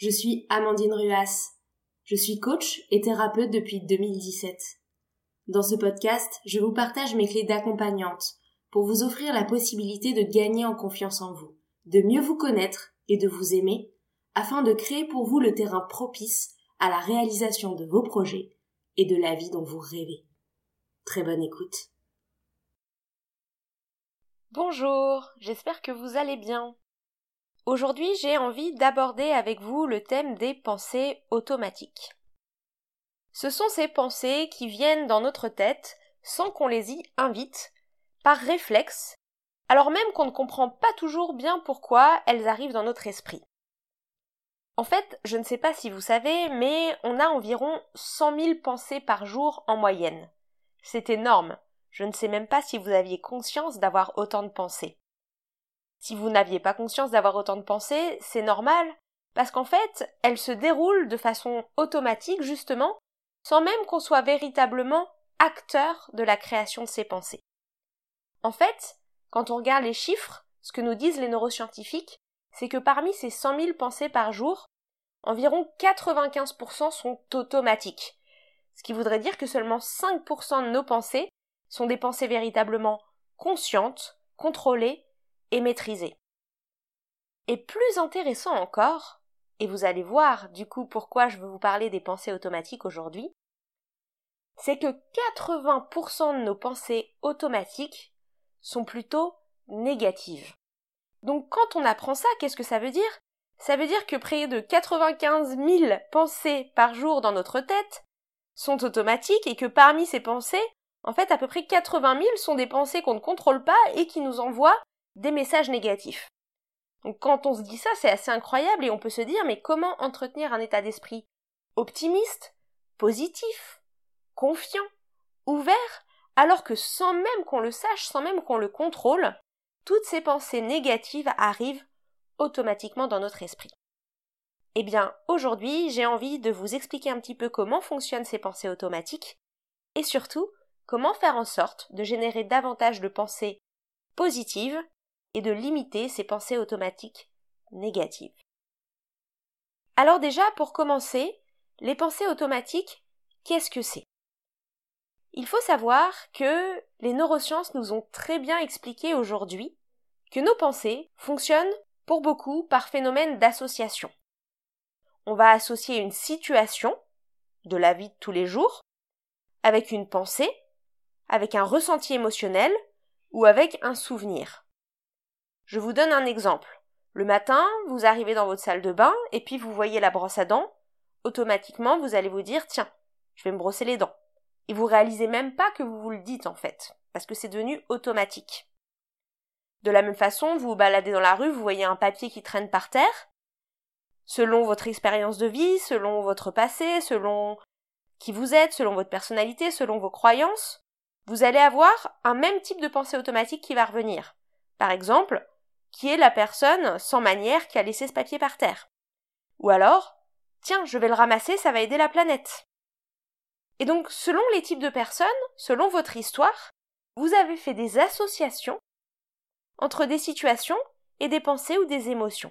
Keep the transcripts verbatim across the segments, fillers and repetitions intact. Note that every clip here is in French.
Je suis Amandine Ruas. Je suis coach et thérapeute depuis deux mille dix-sept. Dans ce podcast, je vous partage mes clés d'accompagnante pour vous offrir la possibilité de gagner en confiance en vous, de mieux vous connaître et de vous aimer, afin de créer pour vous le terrain propice à la réalisation de vos projets et de la vie dont vous rêvez. Très bonne écoute. Bonjour, j'espère que vous allez bien. Aujourd'hui, j'ai envie d'aborder avec vous le thème des pensées automatiques. Ce sont ces pensées qui viennent dans notre tête sans qu'on les y invite, par réflexe, alors même qu'on ne comprend pas toujours bien pourquoi elles arrivent dans notre esprit. En fait, je ne sais pas si vous savez, mais on a environ cent mille pensées par jour en moyenne. C'est énorme. Je ne sais même pas si vous aviez conscience d'avoir autant de pensées. Si vous n'aviez pas conscience d'avoir autant de pensées, c'est normal, parce qu'en fait, elles se déroulent de façon automatique, justement, sans même qu'on soit véritablement acteur de la création de ces pensées. En fait, quand on regarde les chiffres, ce que nous disent les neuroscientifiques, c'est que parmi ces cent mille pensées par jour, environ quatre-vingt-quinze pour cent sont automatiques, ce qui voudrait dire que seulement cinq pour cent de nos pensées sont des pensées véritablement conscientes, contrôlées et maîtrisées. Et plus intéressant encore, et vous allez voir du coup pourquoi je veux vous parler des pensées automatiques aujourd'hui, c'est que quatre-vingts pour cent de nos pensées automatiques sont plutôt négatives. Donc quand on apprend ça, qu'est-ce que ça veut dire ? Ça veut dire que près de quatre-vingt-quinze mille pensées par jour dans notre tête sont automatiques et que parmi ces pensées, en fait à peu près quatre-vingt mille sont des pensées qu'on ne contrôle pas et qui nous envoient des messages négatifs. Donc quand on se dit ça, c'est assez incroyable et on peut se dire mais comment entretenir un état d'esprit optimiste, positif, confiant, ouvert, alors que sans même qu'on le sache, sans même qu'on le contrôle, toutes ces pensées négatives arrivent automatiquement dans notre esprit. Eh bien, aujourd'hui, j'ai envie de vous expliquer un petit peu comment fonctionnent ces pensées automatiques et surtout, comment faire en sorte de générer davantage de pensées positives et de limiter ces pensées automatiques négatives. Alors déjà, pour commencer, les pensées automatiques, qu'est-ce que c'est ? Il faut savoir que les neurosciences nous ont très bien expliqué aujourd'hui que nos pensées fonctionnent pour beaucoup par phénomène d'association. On va associer une situation de la vie de tous les jours avec une pensée, avec un ressenti émotionnel ou avec un souvenir. Je vous donne un exemple. Le matin, vous arrivez dans votre salle de bain et puis vous voyez la brosse à dents. Automatiquement, vous allez vous dire « Tiens, je vais me brosser les dents ». Et vous réalisez même pas que vous vous le dites en fait, parce que c'est devenu automatique. De la même façon, vous vous baladez dans la rue, vous voyez un papier qui traîne par terre. Selon votre expérience de vie, selon votre passé, selon qui vous êtes, selon votre personnalité, selon vos croyances, vous allez avoir un même type de pensée automatique qui va revenir. Par exemple, qui est la personne sans manière qui a laissé ce papier par terre. Ou alors, tiens, je vais le ramasser, ça va aider la planète. Et donc, selon les types de personnes, selon votre histoire, vous avez fait des associations entre des situations et des pensées ou des émotions.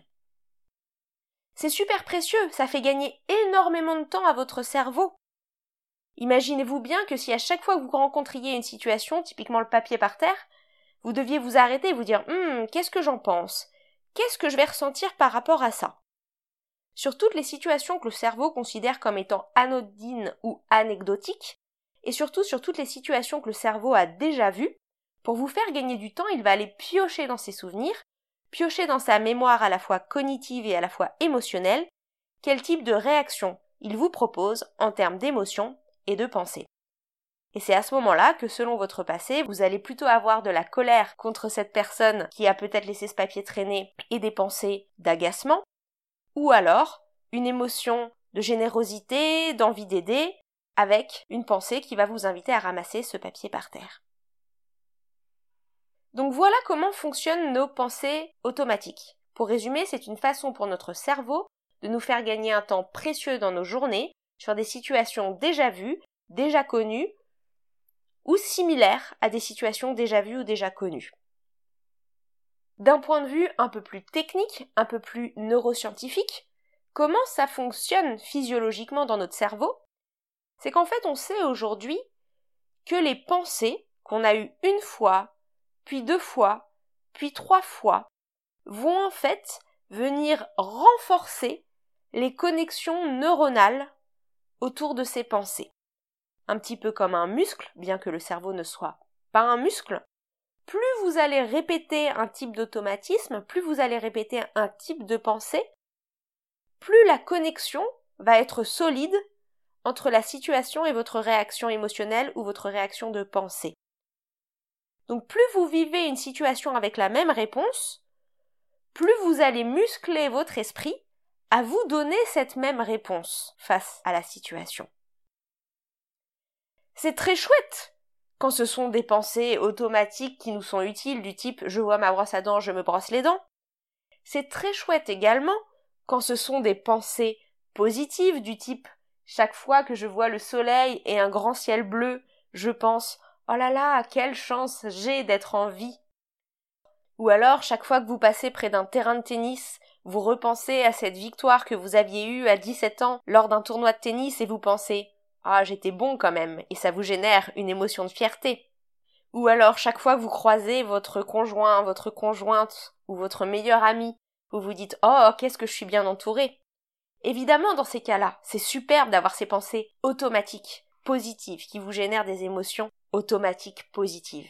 C'est super précieux, ça fait gagner énormément de temps à votre cerveau. Imaginez-vous bien que si à chaque fois que vous rencontriez une situation, typiquement le papier par terre, vous deviez vous arrêter et vous dire hum, « qu'est-ce que j'en pense ? Qu'est-ce que je vais ressentir par rapport à ça ?» Sur toutes les situations que le cerveau considère comme étant anodines ou anecdotiques, et surtout sur toutes les situations que le cerveau a déjà vues, pour vous faire gagner du temps, il va aller piocher dans ses souvenirs, piocher dans sa mémoire à la fois cognitive et à la fois émotionnelle, quel type de réaction il vous propose en termes d'émotion et de pensée. Et c'est à ce moment-là que selon votre passé, vous allez plutôt avoir de la colère contre cette personne qui a peut-être laissé ce papier traîner et des pensées d'agacement, ou alors une émotion de générosité, d'envie d'aider, avec une pensée qui va vous inviter à ramasser ce papier par terre. Donc voilà comment fonctionnent nos pensées automatiques. Pour résumer, c'est une façon pour notre cerveau de nous faire gagner un temps précieux dans nos journées sur des situations déjà vues, déjà connues, ou similaires à des situations déjà vues ou déjà connues. D'un point de vue un peu plus technique, un peu plus neuroscientifique, Comment ça fonctionne physiologiquement dans notre cerveau? C'est qu'en fait, on sait aujourd'hui que les pensées qu'on a eues une fois, puis deux fois, puis trois fois, vont en fait venir renforcer les connexions neuronales autour de ces pensées. Un petit peu comme un muscle, bien que le cerveau ne soit pas un muscle, plus vous allez répéter un type d'automatisme, plus vous allez répéter un type de pensée, plus la connexion va être solide entre la situation et votre réaction émotionnelle ou votre réaction de pensée. Donc plus vous vivez une situation avec la même réponse, plus vous allez muscler votre esprit à vous donner cette même réponse face à la situation. C'est très chouette quand ce sont des pensées automatiques qui nous sont utiles du type « je vois ma brosse à dents, je me brosse les dents ». C'est très chouette également quand ce sont des pensées positives du type « chaque fois que je vois le soleil et un grand ciel bleu, je pense « oh là là, quelle chance j'ai d'être en vie ». Ou alors, chaque fois que vous passez près d'un terrain de tennis, vous repensez à cette victoire que vous aviez eue à dix-sept ans lors d'un tournoi de tennis et vous pensez « ah, j'étais bon quand même » et ça vous génère une émotion de fierté. Ou alors, chaque fois que vous croisez votre conjoint, votre conjointe ou votre meilleur ami, vous vous dites « oh, qu'est-ce que je suis bien entouré ». Évidemment, dans ces cas-là, c'est superbe d'avoir ces pensées automatiques, positives, qui vous génèrent des émotions automatiques positives.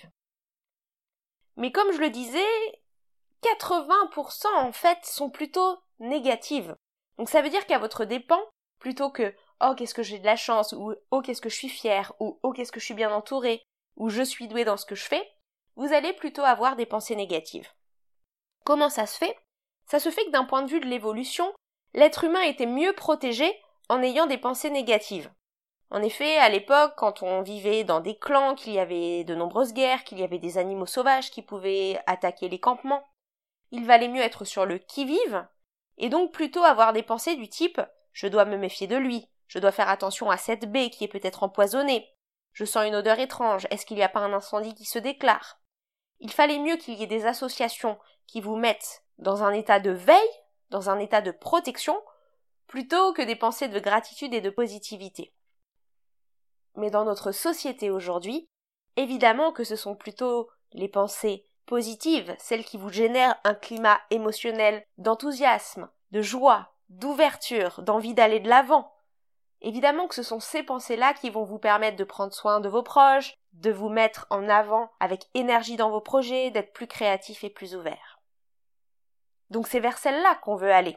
Mais comme je le disais, quatre-vingts pour cent en fait sont plutôt négatives. Donc ça veut dire qu'à votre dépens, plutôt que « oh, qu'est-ce que j'ai de la chance » ou « oh, qu'est-ce que je suis fière » ou « oh, qu'est-ce que je suis bien entourée » ou « je suis douée dans ce que je fais », vous allez plutôt avoir des pensées négatives. Comment ça se fait? Ça se fait que d'un point de vue de l'évolution, l'être humain était mieux protégé en ayant des pensées négatives. En effet, à l'époque, quand on vivait dans des clans, qu'il y avait de nombreuses guerres, qu'il y avait des animaux sauvages qui pouvaient attaquer les campements, il valait mieux être sur le qui-vive, et donc plutôt avoir des pensées du type « je dois me méfier de lui, je dois faire attention à cette baie qui est peut-être empoisonnée, je sens une odeur étrange, est-ce qu'il n'y a pas un incendie qui se déclare ?» Il fallait mieux qu'il y ait des associations qui vous mettent dans un état de veille, dans un état de protection, plutôt que des pensées de gratitude et de positivité. Mais dans notre société aujourd'hui, évidemment que ce sont plutôt les pensées positives, celles qui vous génèrent un climat émotionnel d'enthousiasme, de joie, d'ouverture, d'envie d'aller de l'avant. Évidemment que ce sont ces pensées-là qui vont vous permettre de prendre soin de vos proches, de vous mettre en avant avec énergie dans vos projets, d'être plus créatif et plus ouvert. Donc c'est vers celle-là qu'on veut aller.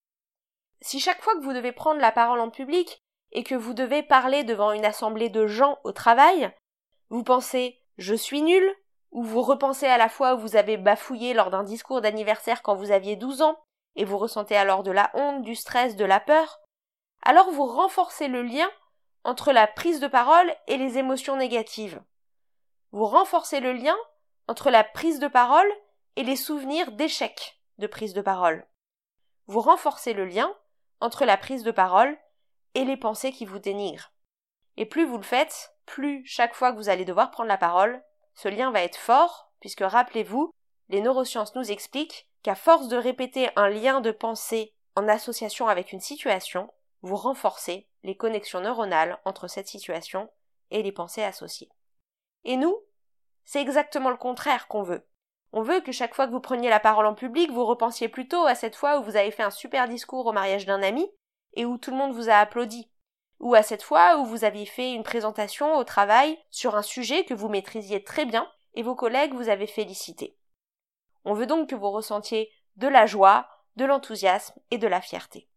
Si chaque fois que vous devez prendre la parole en public et que vous devez parler devant une assemblée de gens au travail, vous pensez « je suis nul » ou vous repensez à la fois où vous avez bafouillé lors d'un discours d'anniversaire quand vous aviez douze ans et vous ressentez alors de la honte, du stress, de la peur, alors vous renforcez le lien entre la prise de parole et les émotions négatives. Vous renforcez le lien entre la prise de parole et les souvenirs d'échec de prise de parole. Vous renforcez le lien entre la prise de parole et les pensées qui vous dénigrent. Et plus vous le faites, plus chaque fois que vous allez devoir prendre la parole, ce lien va être fort, puisque rappelez-vous, les neurosciences nous expliquent qu'à force de répéter un lien de pensée en association avec une situation, vous renforcez les connexions neuronales entre cette situation et les pensées associées. Et nous, c'est exactement le contraire qu'on veut. On veut que chaque fois que vous preniez la parole en public, vous repensiez plutôt à cette fois où vous avez fait un super discours au mariage d'un ami et où tout le monde vous a applaudi, ou à cette fois où vous aviez fait une présentation au travail sur un sujet que vous maîtrisiez très bien et vos collègues vous avaient félicité. On veut donc que vous ressentiez de la joie, de l'enthousiasme et de la fierté.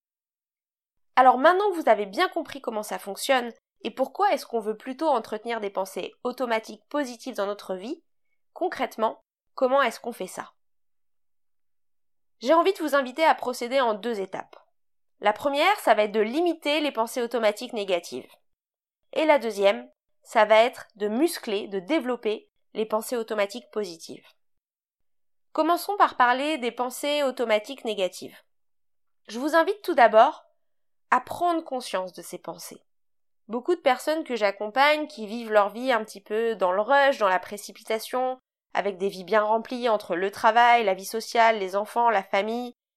Alors maintenant que vous avez bien compris comment ça fonctionne et pourquoi est-ce qu'on veut plutôt entretenir des pensées automatiques positives dans notre vie, concrètement, comment est-ce qu'on fait ça? J'ai envie de vous inviter à procéder en deux étapes. La première, ça va être de limiter les pensées automatiques négatives. Et la deuxième, ça va être de muscler, de développer les pensées automatiques positives. Commençons par parler des pensées automatiques négatives. Je vous invite tout d'abord à prendre conscience de ces pensées. Beaucoup de personnes que j'accompagne qui vivent leur vie un petit peu dans le rush, dans la précipitation, avec des vies bien remplies entre le travail, la vie sociale, les enfants, la famille,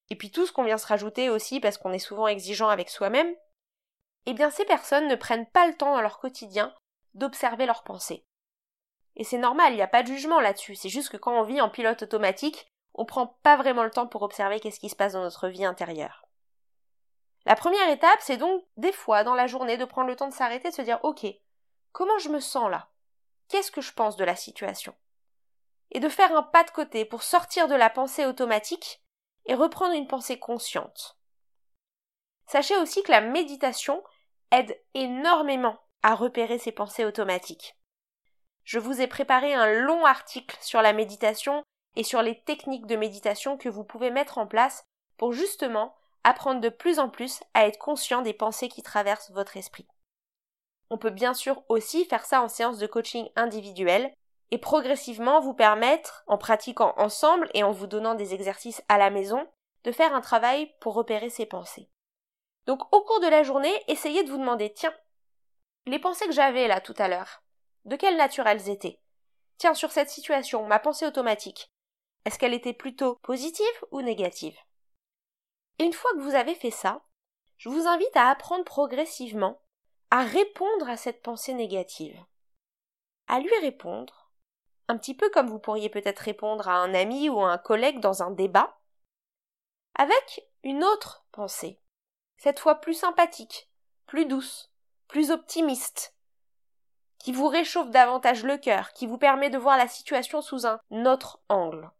et puis tout ce qu'on vient se rajouter aussi parce qu'on est souvent exigeant avec soi-même, eh bien ces personnes ne prennent pas le temps dans leur quotidien d'observer leurs pensées. Et c'est normal, il n'y a pas de jugement là-dessus, c'est juste que quand on vit en pilote automatique, on prend pas vraiment le temps pour observer qu'est-ce qui se passe dans notre vie intérieure. La première étape, c'est donc des fois dans la journée de prendre le temps de s'arrêter et de se dire « Ok, comment je me sens là ? Qu'est-ce que je pense de la situation ?» Et de faire un pas de côté pour sortir de la pensée automatique et reprendre une pensée consciente. Sachez aussi que la méditation aide énormément à repérer ces pensées automatiques. Je vous ai préparé un long article sur la méditation et sur les techniques de méditation que vous pouvez mettre en place pour justement apprendre de plus en plus à être conscient des pensées qui traversent votre esprit. On peut bien sûr aussi faire ça en séance de coaching individuelle et progressivement vous permettre, en pratiquant ensemble et en vous donnant des exercices à la maison, de faire un travail pour repérer ces pensées. Donc au cours de la journée, essayez de vous demander, tiens, les pensées que j'avais là tout à l'heure, de quelle nature elles étaient ? Tiens, sur cette situation, ma pensée automatique, est-ce qu'elle était plutôt positive ou négative ? Et une fois que vous avez fait ça, je vous invite à apprendre progressivement à répondre à cette pensée négative. À lui répondre, un petit peu comme vous pourriez peut-être répondre à un ami ou à un collègue dans un débat, avec une autre pensée, cette fois plus sympathique, plus douce, plus optimiste, qui vous réchauffe davantage le cœur, qui vous permet de voir la situation sous un autre angle.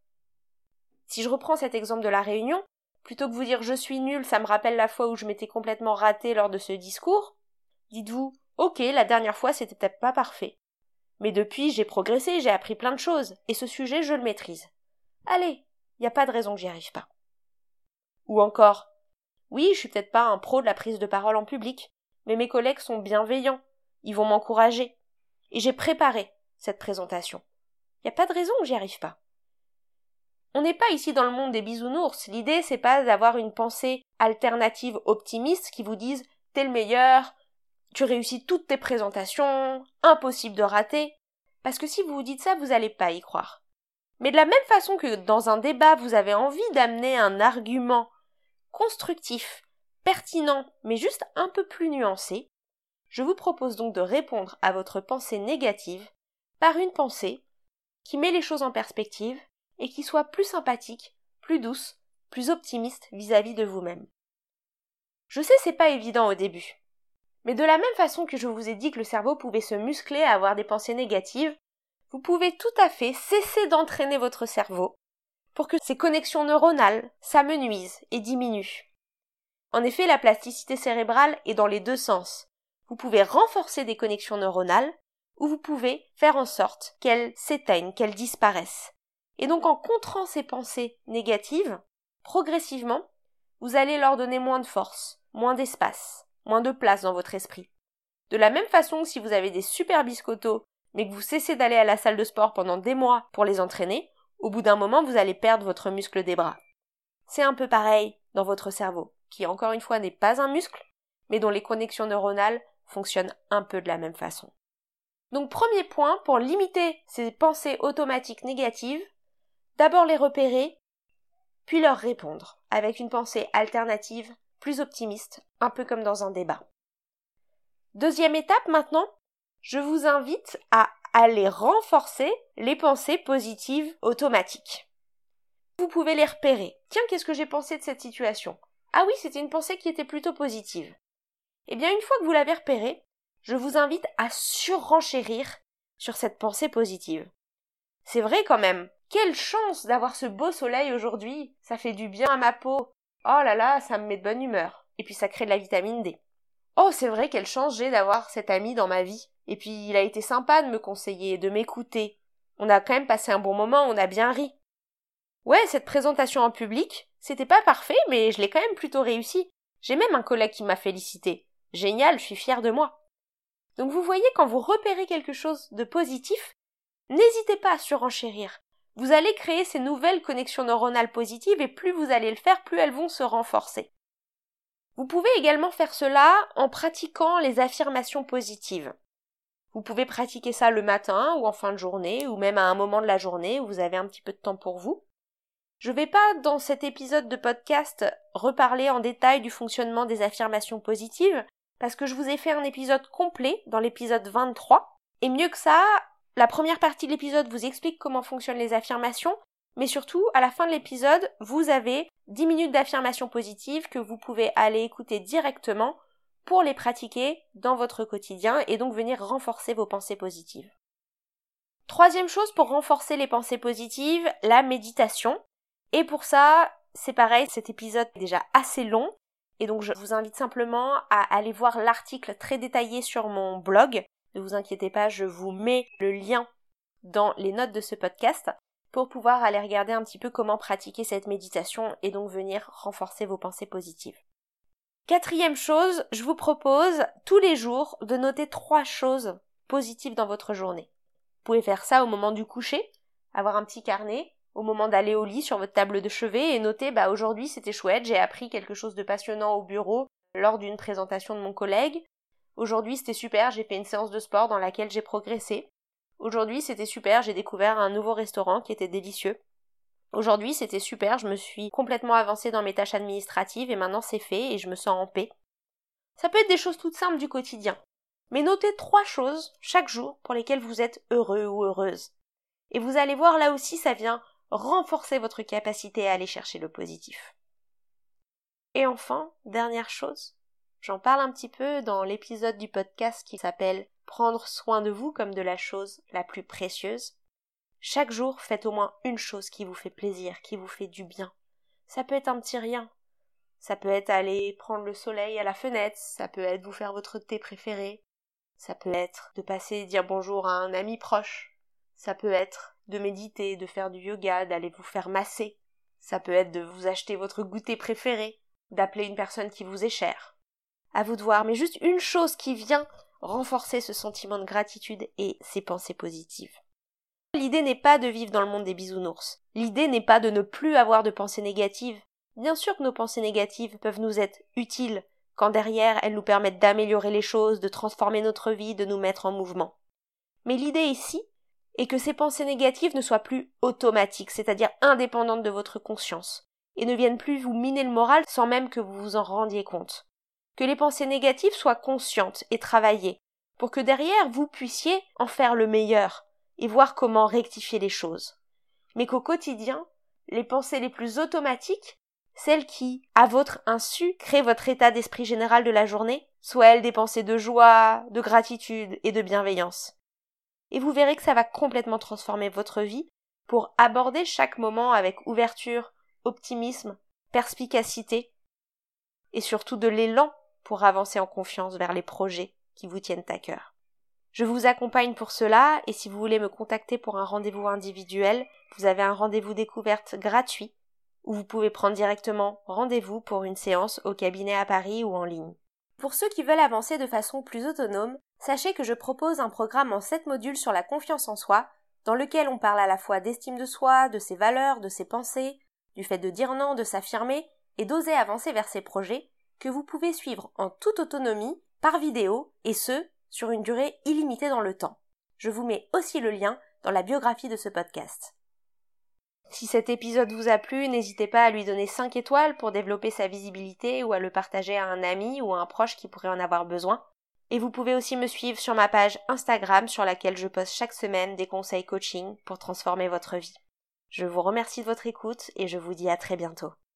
Si je reprends cet exemple de la réunion, plutôt que vous dire « je suis nul, ça me rappelle la fois où je m'étais complètement raté lors de ce discours », dites-vous « ok, la dernière fois c'était peut-être pas parfait, mais depuis j'ai progressé, j'ai appris plein de choses, et ce sujet je le maîtrise. Allez, il n'y a pas de raison que j'y arrive pas. » Ou encore « oui, je suis peut-être pas un pro de la prise de parole en public, mais mes collègues sont bienveillants, ils vont m'encourager, et j'ai préparé cette présentation. Il n'y a pas de raison que j'y arrive pas. » On n'est pas ici dans le monde des bisounours, l'idée c'est pas d'avoir une pensée alternative optimiste qui vous dise « t'es le meilleur, tu réussis toutes tes présentations, impossible de rater », parce que si vous vous dites ça, vous n'allez pas y croire. Mais de la même façon que dans un débat, vous avez envie d'amener un argument constructif, pertinent, mais juste un peu plus nuancé, je vous propose donc de répondre à votre pensée négative par une pensée qui met les choses en perspective et qui soit plus sympathique, plus douce, plus optimiste vis-à-vis de vous-même. Je sais c'est pas évident au début, mais de la même façon que je vous ai dit que le cerveau pouvait se muscler à avoir des pensées négatives, vous pouvez tout à fait cesser d'entraîner votre cerveau pour que ces connexions neuronales s'amenuisent et diminuent. En effet, la plasticité cérébrale est dans les deux sens. Vous pouvez renforcer des connexions neuronales ou vous pouvez faire en sorte qu'elles s'éteignent, qu'elles disparaissent. Et donc en contrant ces pensées négatives, progressivement, vous allez leur donner moins de force, moins d'espace, moins de place dans votre esprit. De la même façon que si vous avez des super biscottos, mais que vous cessez d'aller à la salle de sport pendant des mois pour les entraîner, au bout d'un moment vous allez perdre votre muscle des bras. C'est un peu pareil dans votre cerveau, qui encore une fois n'est pas un muscle, mais dont les connexions neuronales fonctionnent un peu de la même façon. Donc premier point, pour limiter ces pensées automatiques négatives, d'abord les repérer, puis leur répondre, avec une pensée alternative, plus optimiste, un peu comme dans un débat. Deuxième étape maintenant, je vous invite à aller renforcer les pensées positives automatiques. Vous pouvez les repérer. Tiens, qu'est-ce que j'ai pensé de cette situation ? Ah oui, c'était une pensée qui était plutôt positive. Eh bien, une fois que vous l'avez repérée, je vous invite à surenchérir sur cette pensée positive. C'est vrai quand même. Quelle chance d'avoir ce beau soleil aujourd'hui, ça fait du bien à ma peau. Oh là là, ça me met de bonne humeur. Et puis ça crée de la vitamine D. Oh, c'est vrai, quelle chance j'ai d'avoir cet ami dans ma vie. Et puis il a été sympa de me conseiller, de m'écouter. On a quand même passé un bon moment, on a bien ri. Ouais, cette présentation en public, c'était pas parfait, mais je l'ai quand même plutôt réussi. J'ai même un collègue qui m'a félicité. Génial, je suis fière de moi. Donc vous voyez, quand vous repérez quelque chose de positif, n'hésitez pas à surenchérir. Vous allez créer ces nouvelles connexions neuronales positives et plus vous allez le faire, plus elles vont se renforcer. Vous pouvez également faire cela en pratiquant les affirmations positives. Vous pouvez pratiquer ça le matin ou en fin de journée ou même à un moment de la journée où vous avez un petit peu de temps pour vous. Je ne vais pas, dans cet épisode de podcast, reparler en détail du fonctionnement des affirmations positives, parce que je vous ai fait un épisode complet dans l'épisode vingt-trois. Et mieux que ça, la première partie de l'épisode vous explique comment fonctionnent les affirmations, mais surtout, à la fin de l'épisode, vous avez dix minutes d'affirmations positives que vous pouvez aller écouter directement pour les pratiquer dans votre quotidien et donc venir renforcer vos pensées positives. Troisième chose pour renforcer les pensées positives, la méditation. Et pour ça, c'est pareil, cet épisode est déjà assez long, et donc je vous invite simplement à aller voir l'article très détaillé sur mon blog. Ne vous inquiétez pas, je vous mets le lien dans les notes de ce podcast pour pouvoir aller regarder un petit peu comment pratiquer cette méditation et donc venir renforcer vos pensées positives. Quatrième chose, je vous propose tous les jours de noter trois choses positives dans votre journée. Vous pouvez faire ça au moment du coucher, avoir un petit carnet, au moment d'aller au lit sur votre table de chevet et noter bah aujourd'hui c'était chouette, j'ai appris quelque chose de passionnant au bureau lors d'une présentation de mon collègue. Aujourd'hui c'était super, j'ai fait une séance de sport dans laquelle j'ai progressé. Aujourd'hui c'était super, j'ai découvert un nouveau restaurant qui était délicieux. Aujourd'hui c'était super, je me suis complètement avancée dans mes tâches administratives et maintenant c'est fait et je me sens en paix. Ça peut être des choses toutes simples du quotidien, mais notez trois choses chaque jour pour lesquelles vous êtes heureux ou heureuse. Et vous allez voir là aussi ça vient renforcer votre capacité à aller chercher le positif. Et enfin, dernière chose, j'en parle un petit peu dans l'épisode du podcast qui s'appelle « Prendre soin de vous comme de la chose la plus précieuse ». Chaque jour, faites au moins une chose qui vous fait plaisir, qui vous fait du bien. Ça peut être un petit rien. Ça peut être aller prendre le soleil à la fenêtre, ça peut être vous faire votre thé préféré, ça peut être de passer dire bonjour à un ami proche, ça peut être de méditer, de faire du yoga, d'aller vous faire masser. Ça peut être de vous acheter votre goûter préféré, d'appeler une personne qui vous est chère. À vous de voir, mais juste une chose qui vient renforcer ce sentiment de gratitude et ces pensées positives. L'idée n'est pas de vivre dans le monde des bisounours. L'idée n'est pas de ne plus avoir de pensées négatives. Bien sûr que nos pensées négatives peuvent nous être utiles quand derrière elles nous permettent d'améliorer les choses, de transformer notre vie, de nous mettre en mouvement. Mais l'idée ici, et que ces pensées négatives ne soient plus automatiques, c'est-à-dire indépendantes de votre conscience, et ne viennent plus vous miner le moral sans même que vous vous en rendiez compte. Que les pensées négatives soient conscientes et travaillées, pour que derrière vous puissiez en faire le meilleur, et voir comment rectifier les choses. Mais qu'au quotidien, les pensées les plus automatiques, celles qui, à votre insu, créent votre état d'esprit général de la journée, soient elles des pensées de joie, de gratitude et de bienveillance. Et vous verrez que ça va complètement transformer votre vie pour aborder chaque moment avec ouverture, optimisme, perspicacité et surtout de l'élan pour avancer en confiance vers les projets qui vous tiennent à cœur. Je vous accompagne pour cela et si vous voulez me contacter pour un rendez-vous individuel, vous avez un rendez-vous découverte gratuit où vous pouvez prendre directement rendez-vous pour une séance au cabinet à Paris ou en ligne. Pour ceux qui veulent avancer de façon plus autonome, sachez que je propose un programme en sept modules sur la confiance en soi, dans lequel on parle à la fois d'estime de soi, de ses valeurs, de ses pensées, du fait de dire non, de s'affirmer et d'oser avancer vers ses projets, que vous pouvez suivre en toute autonomie, par vidéo, et ce, sur une durée illimitée dans le temps. Je vous mets aussi le lien dans la biographie de ce podcast. Si cet épisode vous a plu, n'hésitez pas à lui donner cinq étoiles pour développer sa visibilité ou à le partager à un ami ou à un proche qui pourrait en avoir besoin. Et vous pouvez aussi me suivre sur ma page Instagram sur laquelle je poste chaque semaine des conseils coaching pour transformer votre vie. Je vous remercie de votre écoute et je vous dis à très bientôt.